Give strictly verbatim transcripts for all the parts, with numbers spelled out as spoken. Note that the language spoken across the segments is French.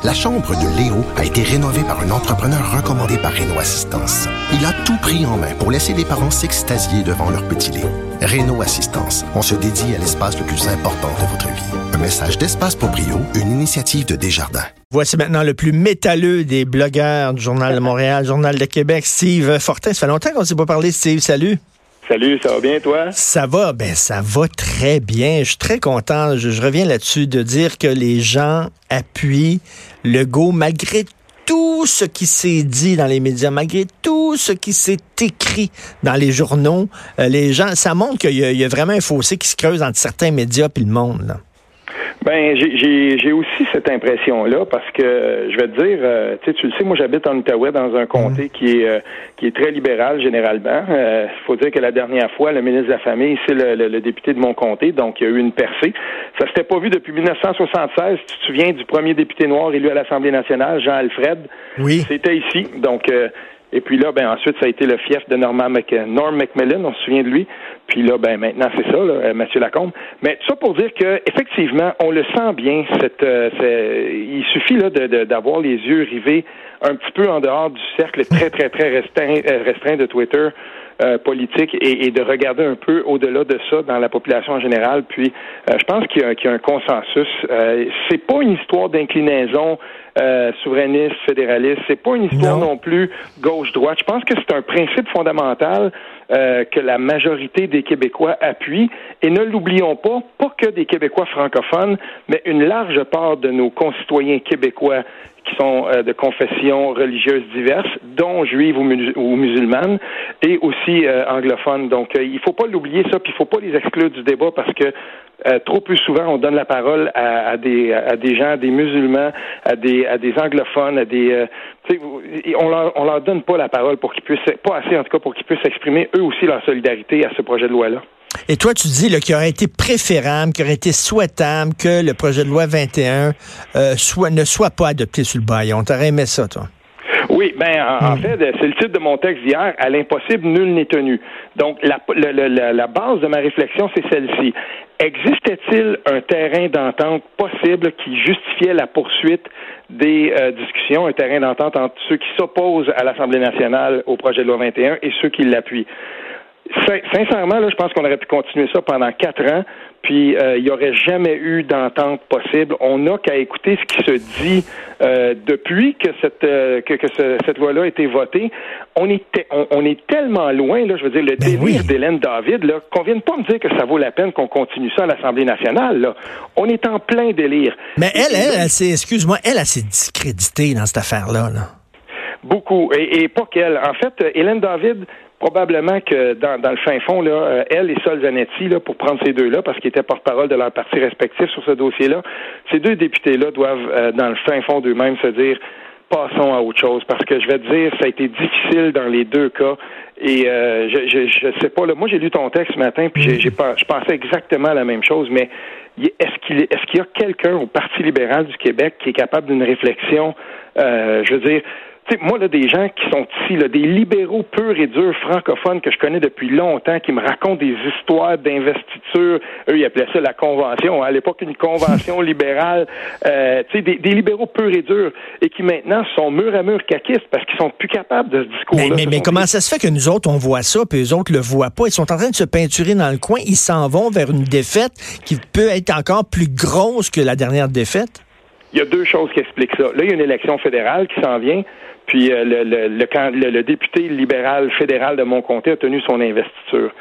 La chambre de Léo a été rénovée par un entrepreneur recommandé par Réno Assistance. Il a tout pris en main pour laisser les parents s'extasier devant leur petit Léo. Réno Assistance, on se dédie à l'espace le plus important de votre vie. Un message d'Espace pour Brio, une initiative de Desjardins. Voici maintenant le plus métalleux des blogueurs du Journal de Montréal, Journal de Québec, Steve Fortin. Ça fait longtemps qu'on ne s'est pas parlé, Steve. Salut. Salut, ça va bien, toi? Ça va, ben ça va très bien. Je suis très content. Je, je reviens là-dessus de dire que les gens appuient Legault malgré tout ce qui s'est dit dans les médias, malgré tout ce qui s'est écrit dans les journaux. Euh, les gens, ça montre qu'il y a, il y a vraiment un fossé qui se creuse entre certains médias et le monde, là. Ben, j'ai, j'ai, j'ai aussi cette impression-là parce que, je vais te dire, euh, tu sais, tu le sais, moi j'habite en Outaouais dans un comté mmh. qui est euh, qui est très libéral généralement. Il euh, faut dire que la dernière fois, le ministre de la Famille, c'est le, le, le député de mon comté, donc il y a eu une percée. Ça s'était pas vu depuis dix-neuf cent soixante-seize. Tu te souviens du premier député noir élu à l'Assemblée nationale, Jean Alfred? Oui. C'était ici, donc... Euh, Et puis là, ben ensuite, ça a été le fief de Norman Mc... Norm Macmillan, on se souvient de lui. Puis là, ben maintenant, c'est ça, là, euh, Mathieu Lacombe. Mais tout ça pour dire que effectivement, on le sent bien. Cette, euh, c'est... Il suffit là de, de, d'avoir les yeux rivés un petit peu en dehors du cercle très, très, très restreint, restreint de Twitter euh, politique et, et de regarder un peu au-delà de ça dans la population en général. Puis, euh, je pense qu'il y a, qu'il y a un consensus. Euh, c'est pas une histoire d'inclinaison Euh, souverainiste, fédéraliste. C'est pas une histoire non, non plus gauche-droite. Je pense que c'est un principe fondamental euh, que la majorité des Québécois appuient. Et ne l'oublions pas, pas que des Québécois francophones, mais une large part de nos concitoyens québécois qui sont euh, de confessions religieuses diverses, dont juives ou, mus- ou musulmanes, et aussi euh, anglophones. Donc, euh, il faut pas l'oublier ça, puis il faut pas les exclure du débat parce que Euh, trop plus souvent, on donne la parole à, à des à des gens, à des musulmans, à des à des anglophones, à des euh, tu sais, on leur on leur donne pas la parole pour qu'ils puissent, pas assez en tout cas pour qu'ils puissent exprimer eux aussi leur solidarité à ce projet de loi-là. Et toi, tu dis là, qu'il aurait été préférable, qu'il aurait été souhaitable que le projet de loi vingt et un euh, soit ne soit pas adopté sur le bâillon. T'aurais aimé ça, toi? Oui, ben en, en fait, c'est le titre de mon texte d'hier. À l'impossible, nul n'est tenu. Donc, la, la, la, la base de ma réflexion, c'est celle-ci. Existait-il un terrain d'entente possible qui justifiait la poursuite des euh, discussions, un terrain d'entente entre ceux qui s'opposent à l'Assemblée nationale au projet de loi vingt et un et ceux qui l'appuient? Sincèrement, là, je pense qu'on aurait pu continuer ça pendant quatre ans, puis euh, il n'y aurait jamais eu d'entente possible. On n'a qu'à écouter ce qui se dit euh, depuis que cette euh, que, que ce, cette loi-là a été votée. On est te, on, on est tellement loin, là, je veux dire, le ben délire oui. d'Hélène David, là, qu'on vienne pas me dire que ça vaut la peine qu'on continue ça à l'Assemblée nationale. Là. On est en plein délire. Mais elle, elle, elle s'est, excuse-moi, elle, elle s'est discréditée dans cette affaire-là, là. Beaucoup. Et, et pas qu'elle. En fait, Hélène David, probablement que dans, dans le fin fond, là, euh, elle et Sol Zanetti, là, pour prendre ces deux-là, parce qu'ils étaient porte-parole de leurs partis respectifs sur ce dossier-là, ces deux députés-là doivent, euh, dans le fin fond d'eux-mêmes, se dire passons à autre chose. Parce que je vais te dire, ça a été difficile dans les deux cas. Et euh, je, je, je sais pas, là, moi j'ai lu ton texte ce matin, puis j'ai, j'ai pas, je pensais exactement la même chose, mais est-ce qu'il, est-ce qu'il y a quelqu'un au Parti libéral du Québec qui est capable d'une réflexion, euh, je veux dire, tu sais, moi, là, des gens qui sont ici, là, des libéraux purs et durs francophones que je connais depuis longtemps, qui me racontent des histoires d'investiture. Eux, ils appelaient ça la convention. Hein, à l'époque, une convention libérale. Euh, tu sais, des, des libéraux purs et durs et qui maintenant sont mur à mur caquistes parce qu'ils sont plus capables de ce discours-là. Mais, mais, mais comment ça se fait que nous autres, on voit ça, puis eux autres le voient pas? Ils sont en train de se peinturer dans le coin. Ils s'en vont vers une défaite qui peut être encore plus grosse que la dernière défaite? Il y a deux choses qui expliquent ça. Là, il y a une élection fédérale qui s'en vient. Puis euh, le, le, le, le, le député libéral fédéral de mon comté a tenu son investiture.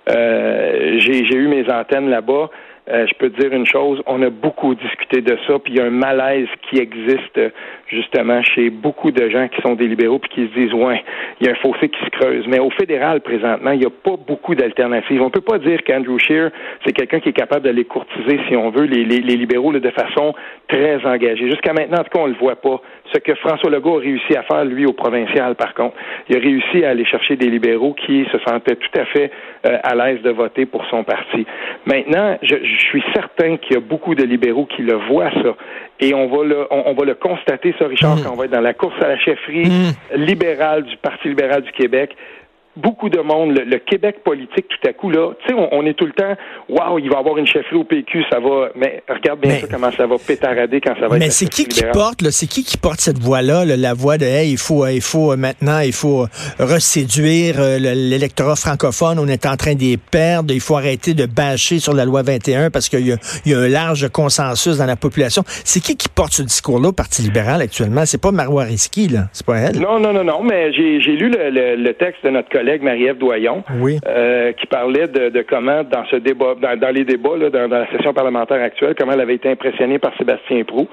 Euh, j'ai, j'ai eu mes antennes là-bas. Euh, je peux te dire une chose, on a beaucoup discuté de ça, puis il y a un malaise qui existe justement chez beaucoup de gens qui sont des libéraux puis qui se disent ouais, il y a un fossé qui se creuse. Mais au fédéral présentement, il n'y a pas beaucoup d'alternatives. On peut pas dire qu'Andrew Scheer, c'est quelqu'un qui est capable de les courtiser, si on veut, les, les, les libéraux là, de façon très engagée. Jusqu'à maintenant, en tout cas, on le voit pas. Ce que François Legault a réussi à faire, lui, au provincial, par contre, il a réussi à aller chercher des libéraux qui se sentaient tout à fait euh, à l'aise de voter pour son parti. Maintenant, je, je suis certain qu'il y a beaucoup de libéraux qui le voient, ça. Et on va le, on, on va le constater, ça, Richard, mmh. quand on va être dans la course à la chefferie mmh. libérale du Parti libéral du Québec. beaucoup de monde, le, le Québec politique, tout à coup, là, tu sais, on, on est tout le temps, waouh, il va y avoir une chefferie au P Q, ça va, mais regarde bien mais, ça, comment ça va pétarader quand ça va mais être. Mais c'est qui qui porte, là, c'est qui qui porte cette voix-là, là, la voix de, hey, il faut, il faut, maintenant, il faut reséduire euh, l'électorat francophone, on est en train d'y perdre, il faut arrêter de bâcher sur la loi vingt et un parce qu'il y a, il y a un large consensus dans la population. C'est qui qui porte ce discours-là au Parti libéral actuellement? C'est pas Marois Risky, là, c'est pas elle? Non, non, non, non, mais j'ai, j'ai lu le, le, le texte de notre collègue Marie-Ève Doyon, oui. euh, qui parlait de, de comment, dans ce débat, dans, dans les débats, là, dans, dans la session parlementaire actuelle, comment elle avait été impressionnée par Sébastien Proulx.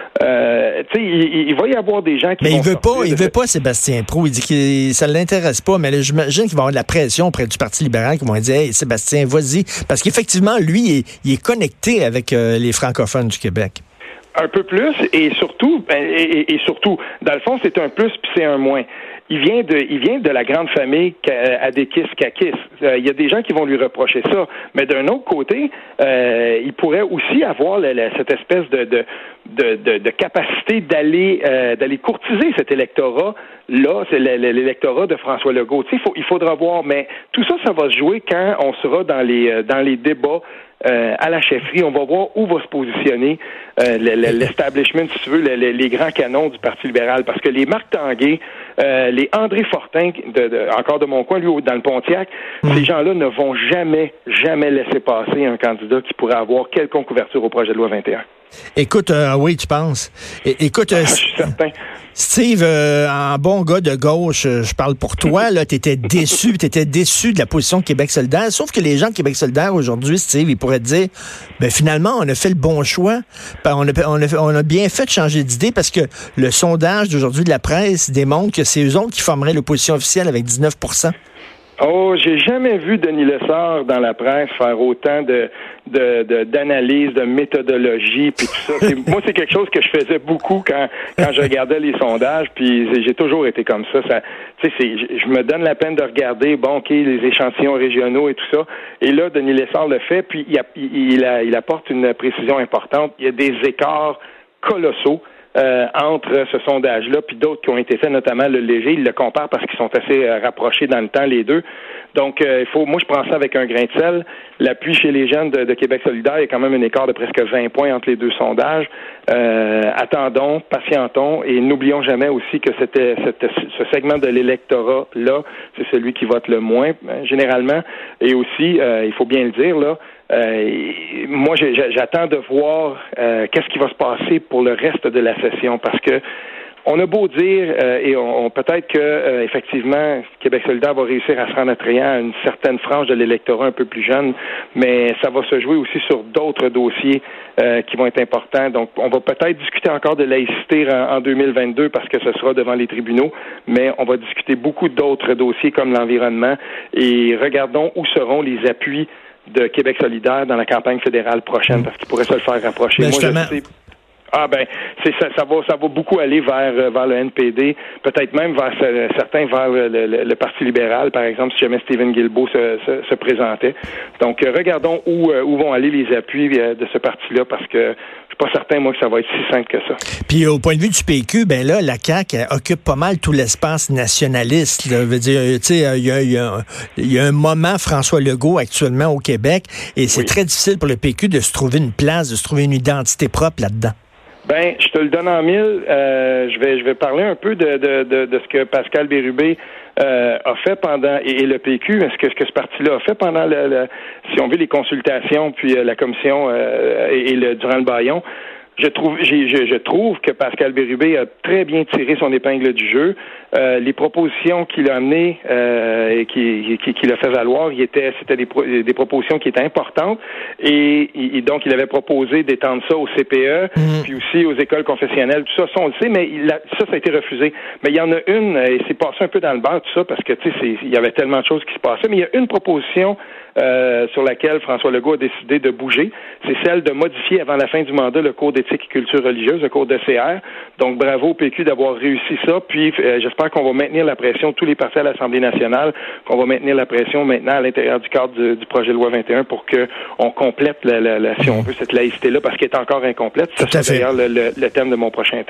Euh, tu sais, il, il va y avoir des gens qui mais vont... Mais il veut pas, il de... veut pas Sébastien Proulx. Il dit que ça l'intéresse pas, mais là, j'imagine qu'il va y avoir de la pression auprès du Parti libéral qui vont dire, hey, Sébastien, vas-y. Parce qu'effectivement, lui, il est, il est connecté avec euh, les francophones du Québec. Un peu plus, et surtout, et, et, et surtout, dans le fond, c'est un plus puis c'est un moins. Il vient de, il vient de la grande famille Adékis-Kakis. Euh, il y a des gens qui vont lui reprocher ça, mais d'un autre côté, euh, il pourrait aussi avoir la, la, cette espèce de, de, de, de, de capacité d'aller, euh, d'aller courtiser cet électorat-là, c'est l'électorat de François Legault. Tu sais, il faut, il faudra voir, mais tout ça, ça va se jouer quand on sera dans les, dans les débats. Euh, à la chefferie, on va voir où va se positionner euh, l'establishment, si tu veux, les, les grands canons du Parti libéral. Parce que les Marc Tanguay, euh, les André Fortin, de, de, encore de mon coin, lui, dans le Pontiac, mmh. ces gens-là ne vont jamais, jamais laisser passer un candidat qui pourrait avoir quelconque couverture au projet de loi vingt et un. Écoute, euh, oui, tu penses. É- écoute, euh, ah, je suis certain. Steve, euh, en bon gars de gauche, euh, je parle pour toi, là, t'étais déçu, t'étais déçu de la position de Québec solidaire, sauf que les gens de Québec solidaire aujourd'hui, Steve, ils pourraient te dire, ben finalement, on a fait le bon choix, on a, on a, on a bien fait de changer d'idée parce que le sondage d'aujourd'hui de la presse démontre que c'est eux autres qui formeraient l'opposition officielle avec dix-neuf pour cent. Oh, j'ai jamais vu Denis Lessard dans la presse faire autant de, de, de d'analyse, de méthodologie, puis tout ça. C'est, moi, c'est quelque chose que je faisais beaucoup quand quand je regardais les sondages, puis j'ai toujours été comme ça. Ça, tu sais, c'est, je me donne la peine de regarder, bon, ok, les échantillons régionaux et tout ça. Et là, Denis Lessard le fait, puis il, a, il, a, il apporte une précision importante. Il y a des écarts colossaux. Euh, entre ce sondage-là puis d'autres qui ont été faits, notamment le Léger, ils le comparent parce qu'ils sont assez euh, rapprochés dans le temps, les deux. Donc, euh, il faut, moi, je prends ça avec un grain de sel. L'appui chez les jeunes de, de Québec solidaire, il y a quand même un écart de presque vingt points entre les deux sondages. Euh, attendons, patientons et n'oublions jamais aussi que c'était, c'était ce segment de l'électorat-là, c'est celui qui vote le moins, généralement. Et aussi, euh, il faut bien le dire, là, Euh, moi, j'attends de voir euh, qu'est-ce qui va se passer pour le reste de la session, parce que on a beau dire, euh, et on, on peut-être que euh, effectivement, Québec solidaire va réussir à se rendre attrayant à une certaine frange de l'électorat un peu plus jeune, mais ça va se jouer aussi sur d'autres dossiers euh, qui vont être importants. Donc, on va peut-être discuter encore de laïcité en, en deux mille vingt-deux parce que ce sera devant les tribunaux, mais on va discuter beaucoup d'autres dossiers comme l'environnement et regardons où seront les appuis de Québec solidaire dans la campagne fédérale prochaine, parce qu'il pourrait se le faire rapprocher. Ben Moi, justement... je sais... Ah ben, c'est ça, ça va, ça va beaucoup aller vers vers le N P D, peut-être même vers certains vers le, le, le Parti libéral, par exemple, si jamais Stephen Guilbeault se, se, se présentait. Donc, euh, regardons où où vont aller les appuis de ce parti-là, parce que je suis pas certain, moi, que ça va être si simple que ça. Puis au point de vue du P Q, ben là, la C A Q occupe pas mal tout l'espace nationaliste. Là. Je veux dire, tu sais, il y a, y, a, y a un moment François Legault actuellement au Québec, et c'est oui. très difficile pour le P Q de se trouver une place, de se trouver une identité propre là-dedans. Ben, je te le donne en mille. Euh, je vais, je vais parler un peu de, de, de, de ce que Pascal Bérubé euh, a fait pendant et, et le P Q. Ce que ce que ce parti-là a fait pendant le, le si on veut les consultations puis euh, la commission euh, et, et le durant le bâillon. Je trouve, j'ai, je, je trouve que Pascal Bérubé a très bien tiré son épingle du jeu. Euh, les propositions qu'il a amenées euh, et qu'il qui, qui a fait valoir, il était, c'était des, pro, des propositions qui étaient importantes. Et, et donc, il avait proposé d'étendre ça au C P E, mmh. puis aussi aux écoles confessionnelles. Tout ça, ça on le sait, mais il a, ça, ça a été refusé. Mais il y en a une, et c'est passé un peu dans le beurre, tout ça, parce que, tu sais, il y avait tellement de choses qui se passaient. Mais il y a une proposition euh, sur laquelle François Legault a décidé de bouger. C'est celle de modifier avant la fin du mandat le Code d'éthique et culture religieuse, le Code de C R. Donc, bravo au P Q d'avoir réussi ça. Puis, euh, j'espère qu'on va maintenir la pression, tous les partis à l'Assemblée nationale, qu'on va maintenir la pression maintenant à l'intérieur du cadre du, du projet de loi vingt et un pour qu'on complète, la, la, la, si on veut, cette laïcité-là, parce qu'elle est encore incomplète. Ça, c'est d'ailleurs le, le, le thème de mon prochain texte.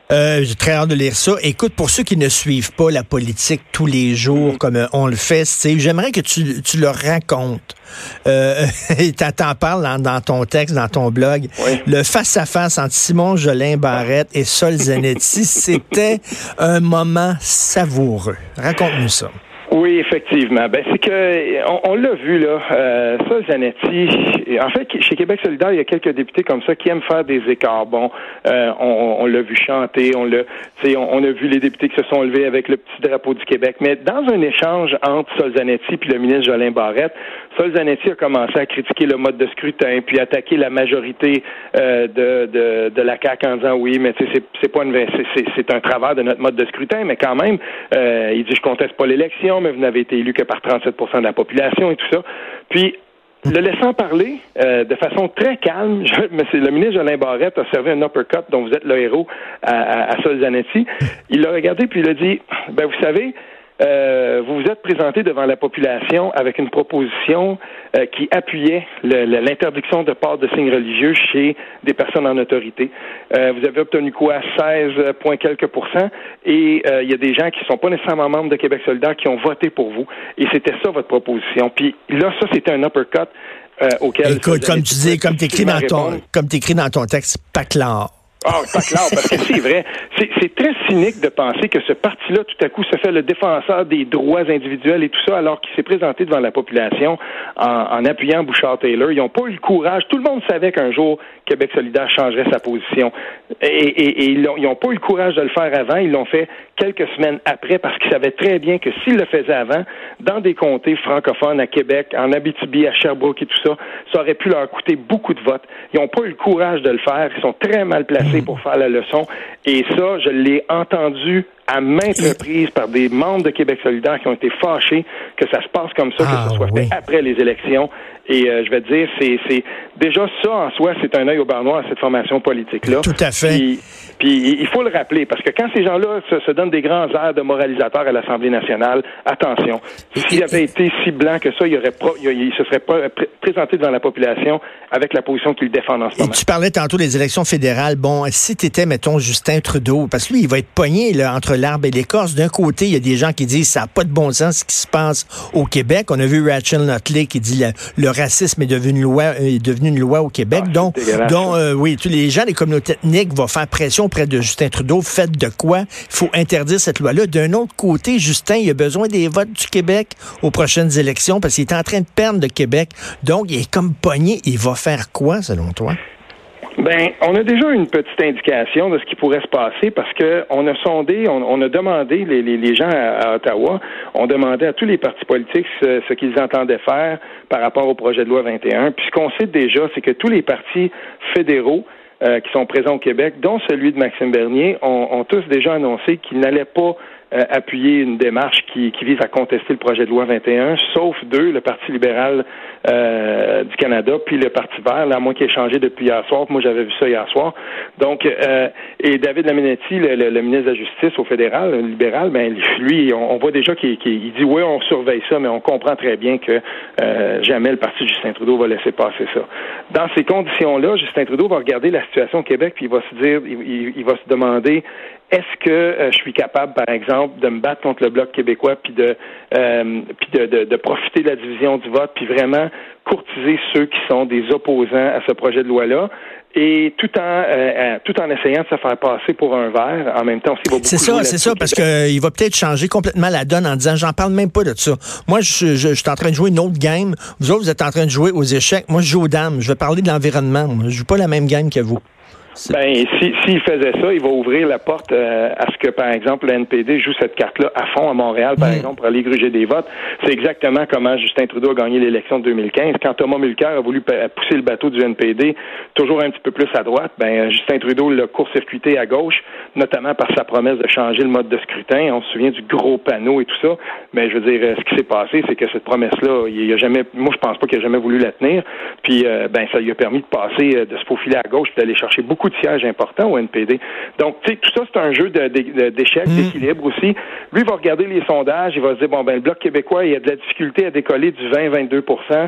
Euh, j'ai très hâte de lire ça. Écoute, pour ceux qui ne suivent pas la politique tous les jours mmh. comme on le fait, Steve, j'aimerais que tu, tu leur racontes. Euh, t'en parles dans, dans ton texte, dans ton blog. Oui. Le face-à-face entre Simon Jolin Barrette et Sol Zanetti, c'était un moment savoureux. Raconte-nous ça. Oui, effectivement. Ben c'est que on, on l'a vu là. Euh, ça, Zanetti. En fait, chez Québec solidaire, il y a quelques députés comme ça qui aiment faire des écarts. Bon, euh, on, on l'a vu chanter, on l'a, on, on a vu les députés qui se sont levés avec le petit drapeau du Québec. Mais dans un échange entre Sol Zanetti puis le ministre Jolin Barrette, Sol Zanetti a commencé à critiquer le mode de scrutin, puis attaquer la majorité euh, de, de de la C A Q en disant oui, mais tu sais, c'est, c'est pas une, c'est, c'est, c'est un travers de notre mode de scrutin, mais quand même, euh, il dit je conteste pas l'élection, mais vous n'avez été élu que par trente-sept pour cent de la population et tout ça. Puis, le laissant parler euh, de façon très calme, je, monsieur, le ministre Jolin Barrette a servi un uppercut dont vous êtes le héros à, à, à Sol Zanetti. Il l'a regardé puis il a dit, ben vous savez, Euh, vous vous êtes présenté devant la population avec une proposition euh, qui appuyait le, le, l'interdiction de port de signes religieux chez des personnes en autorité. Euh, vous avez obtenu quoi? seize points quelques pourcents. Et il euh, y a des gens qui ne sont pas nécessairement membres de Québec solidaire qui ont voté pour vous. Et c'était ça votre proposition. Puis là, ça, c'était un uppercut euh, auquel... Écoute, comme tu dis, comme tu écris dans ton, comme t'écris dans ton texte, pas clair. Ah, pas clair, parce que c'est vrai. C'est, c'est très cynique de penser que ce parti-là, tout à coup, se fait le défenseur des droits individuels et tout ça, alors qu'il s'est présenté devant la population en, en appuyant Bouchard-Taylor. Ils n'ont pas eu le courage. Tout le monde savait qu'un jour, Québec solidaire changerait sa position. Et, et, et ils n'ont pas eu le courage de le faire avant. Ils l'ont fait quelques semaines après parce qu'ils savaient très bien que s'ils le faisaient avant, dans des comtés francophones à Québec, en Abitibi, à Sherbrooke et tout ça, ça aurait pu leur coûter beaucoup de votes. Ils n'ont pas eu le courage de le faire. Ils sont très mal placés pour faire la leçon. Et ça, je l'ai entendu à maintes reprises par des membres de Québec solidaire qui ont été fâchés que ça se passe comme ça, ah, que ça soit oui. fait après les élections. Et euh, je vais te dire, c'est, c'est déjà ça en soi, c'est un œil au beurre noir à cette formation politique-là. Tout à fait. Puis, puis il faut le rappeler, parce que quand ces gens-là se, se donnent des grands airs de moralisateurs à l'Assemblée nationale, attention, s'il avait été si blanc que ça, il, aurait pro, il, il se serait pas pr- présenté devant la population avec la position qu'il défend en ce moment. Et tu parlais tantôt des élections fédérales. Bon, si tu étais, mettons, Justin Trudeau, parce que lui, il va être pogné là, entre l'arbre et l'écorce. D'un côté, il y a des gens qui disent ça n'a pas de bon sens ce qui se passe au Québec. On a vu Rachel Notley qui dit le, le racisme est devenu une loi, est devenu une loi au Québec. Ah, donc, donc euh, oui, tous les gens des communautés ethniques vont faire pression auprès de Justin Trudeau. Faites de quoi? Il faut interdire cette loi-là. D'un autre côté, Justin, il a besoin des votes du Québec aux prochaines élections parce qu'il est en train de perdre le Québec. Donc, il est comme pogné. Il va faire quoi, selon toi? Ben, on a déjà une petite indication de ce qui pourrait se passer parce que on a sondé, on, on a demandé les, les, les gens à, à Ottawa, on demandait à tous les partis politiques ce, ce qu'ils entendaient faire par rapport au projet de loi vingt et un. Puis ce qu'on sait déjà, c'est que tous les partis fédéraux euh, qui sont présents au Québec, dont celui de Maxime Bernier, ont, ont tous déjà annoncé qu'ils n'allaient pas Euh, appuyer une démarche qui, qui vise à contester le projet de loi vingt et un, sauf deux, le Parti libéral euh, du Canada, puis le Parti vert, là, à moins qu'il ait changé depuis hier soir. Moi, j'avais vu ça hier soir. Donc, euh, et David Laminetti, le, le, le ministre de la Justice au fédéral, le libéral, ben lui, on, on voit déjà qu'il, qu'il il dit oui, on surveille ça, mais on comprend très bien que euh, jamais le parti de Justin Trudeau va laisser passer ça. Dans ces conditions-là, Justin Trudeau va regarder la situation au Québec, puis il va se dire, il, il, il va se demander, est-ce que euh, je suis capable, par exemple, de me battre contre le Bloc québécois puis de euh, puis de, de, de profiter de la division du vote puis vraiment courtiser ceux qui sont des opposants à ce projet de loi-là et tout en euh, tout en essayant de se faire passer pour un vert, en même temps aussi il va beaucoup C'est ça, c'est ça, parce que euh, il va peut-être changer complètement la donne en disant j'en parle même pas de ça. Moi, je, je, je suis en train de jouer une autre game. Vous autres, vous êtes en train de jouer aux échecs. Moi, je joue aux dames. Je vais parler de l'environnement. Moi. Je joue pas la même game que vous. Ben, si s'il faisait ça, il va ouvrir la porte euh, à ce que, par exemple, le N P D joue cette carte-là à fond à Montréal, par mmh. exemple, pour aller gruger des votes. C'est exactement comment Justin Trudeau a gagné l'élection de deux mille quinze. Quand Thomas Mulcair a voulu p- pousser le bateau du N P D toujours un petit peu plus à droite, ben Justin Trudeau l'a court-circuité à gauche, notamment par sa promesse de changer le mode de scrutin. On se souvient du gros panneau et tout ça. Mais je veux dire, ce qui s'est passé, c'est que cette promesse-là, il a jamais, moi, je pense pas qu'il a jamais voulu la tenir. Puis, euh, ben, ça lui a permis de passer, de se faufiler à gauche, puis d'aller chercher beaucoup de sièges importants au N P D. Donc, tu sais, tout ça, c'est un jeu de, de, d'échec, mmh. d'équilibre aussi. Lui, il va regarder les sondages, il va se dire, bon, ben, le Bloc québécois, il y a de la difficulté à décoller du vingt à vingt-deux pour cent.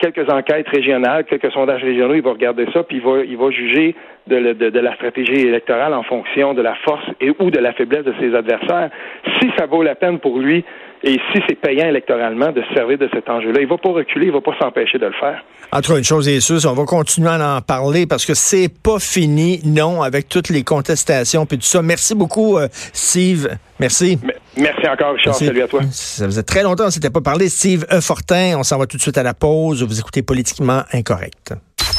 quelques enquêtes régionales, quelques sondages régionaux, il va regarder ça, puis il va, il va juger de, de, de la stratégie électorale en fonction de la force et ou de la faiblesse de ses adversaires. Si ça vaut la peine pour lui, et si c'est payant électoralement de se servir de cet enjeu-là, il ne va pas reculer, il ne va pas s'empêcher de le faire. En tout cas, une chose est sûre, on va continuer à en parler parce que c'est pas fini, non, avec toutes les contestations puis tout ça. Merci beaucoup, euh, Steve. Merci. Merci encore, Richard. Merci. Salut à toi. Ça faisait très longtemps qu'on ne s'était pas parlé. Steve E. Fortin, on s'en va tout de suite à la pause. Vous écoutez Politiquement Incorrect.